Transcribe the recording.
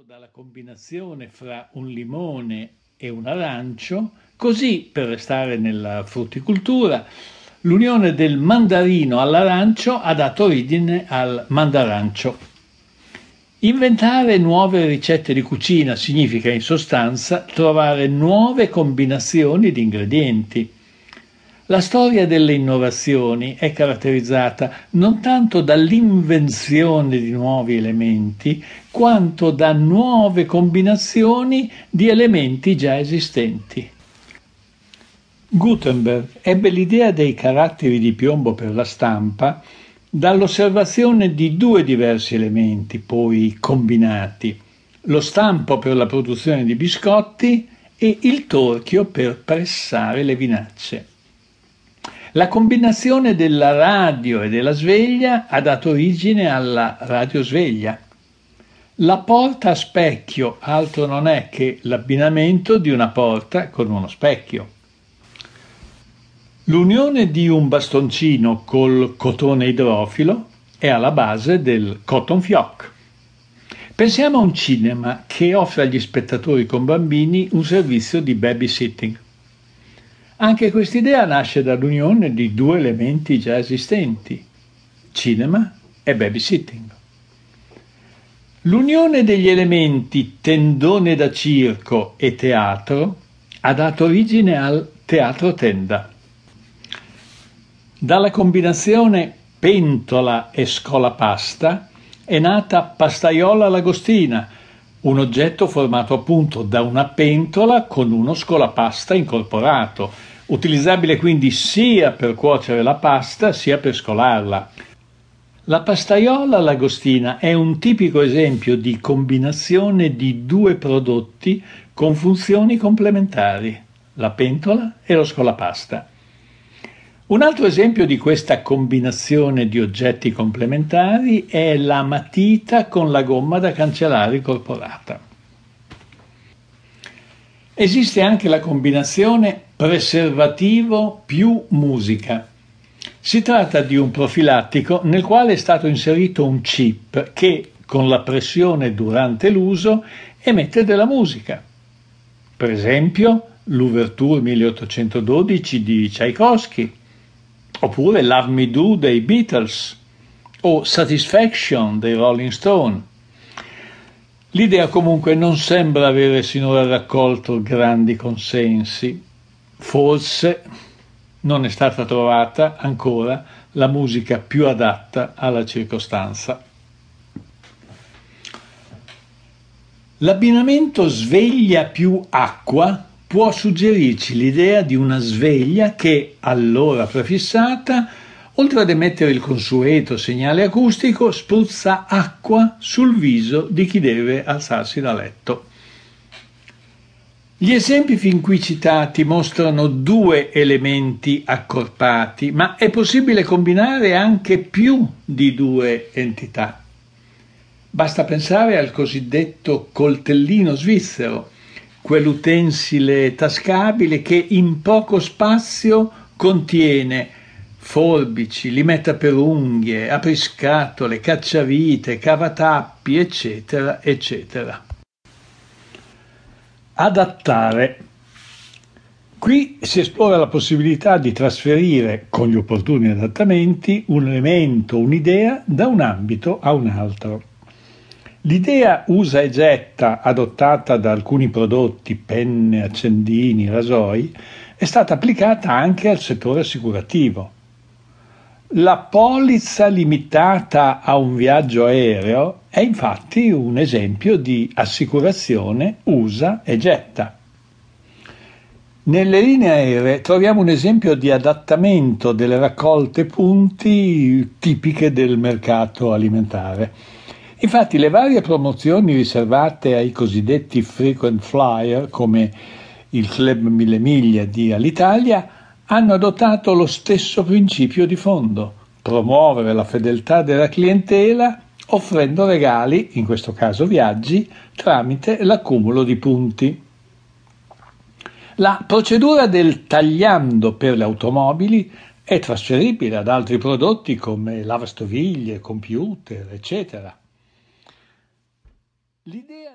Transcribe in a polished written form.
dalla combinazione fra un limone e un arancio, così, per restare nella frutticoltura, l'unione del mandarino all'arancio ha dato origine al mandarancio. Inventare nuove ricette di cucina significa in sostanza trovare nuove combinazioni di ingredienti. La storia delle innovazioni è caratterizzata non tanto dall'invenzione di nuovi elementi, quanto da nuove combinazioni di elementi già esistenti. Gutenberg ebbe l'idea dei caratteri di piombo per la stampa dall'osservazione di due diversi elementi, poi combinati: lo stampo per la produzione di biscotti e il torchio per pressare le vinacce. La combinazione della radio e della sveglia ha dato origine alla radiosveglia. La porta a specchio altro non è che l'abbinamento di una porta con uno specchio. L'unione di un bastoncino col cotone idrofilo è alla base del cotton fioc. Pensiamo a un cinema che offre agli spettatori con bambini un servizio di babysitting. Anche quest'idea nasce dall'unione di due elementi già esistenti: cinema e babysitting. L'unione degli elementi tendone da circo e teatro ha dato origine al teatro tenda. Dalla combinazione pentola e scolapasta è nata pastaiola all'agostina, un oggetto formato appunto da una pentola con uno scolapasta incorporato, utilizzabile quindi sia per cuocere la pasta sia per scolarla. La pastaiola all'agostina è un tipico esempio di combinazione di due prodotti con funzioni complementari: la pentola e lo scolapasta. Un altro esempio di questa combinazione di oggetti complementari è la matita con la gomma da cancellare incorporata. Esiste anche la combinazione preservativo più musica. Si tratta di un profilattico nel quale è stato inserito un chip che, con la pressione durante l'uso, emette della musica. Per esempio, l'Ouverture 1812 di Tchaikovsky, oppure Love Me Do dei Beatles o Satisfaction dei Rolling Stone. L'idea comunque non sembra avere sinora raccolto grandi consensi. Forse non è stata trovata ancora la musica più adatta alla circostanza. L'abbinamento sveglia più acqua può suggerirci l'idea di una sveglia che, all'ora prefissata, oltre ad emettere il consueto segnale acustico, spruzza acqua sul viso di chi deve alzarsi da letto. Gli esempi fin qui citati mostrano due elementi accorpati, ma è possibile combinare anche più di due entità. Basta pensare al cosiddetto coltellino svizzero, quell'utensile tascabile che in poco spazio contiene forbici, limetta per unghie, apriscatole, cacciavite, cavatappi, eccetera, eccetera. Adattare. Qui si esplora la possibilità di trasferire, con gli opportuni adattamenti, un elemento, un'idea, da un ambito a un altro. L'idea usa e getta adottata da alcuni prodotti, penne, accendini, rasoi, è stata applicata anche al settore assicurativo. La polizza limitata a un viaggio aereo è infatti un esempio di assicurazione usa e getta. Nelle linee aeree troviamo un esempio di adattamento delle raccolte punti tipiche del mercato alimentare. Infatti le varie promozioni riservate ai cosiddetti frequent flyer, come il Club 1000 miglia di Alitalia, hanno adottato lo stesso principio di fondo: promuovere la fedeltà della clientela offrendo regali, in questo caso viaggi, tramite l'accumulo di punti. La procedura del tagliando per le automobili è trasferibile ad altri prodotti come lavastoviglie, computer, eccetera. L'idea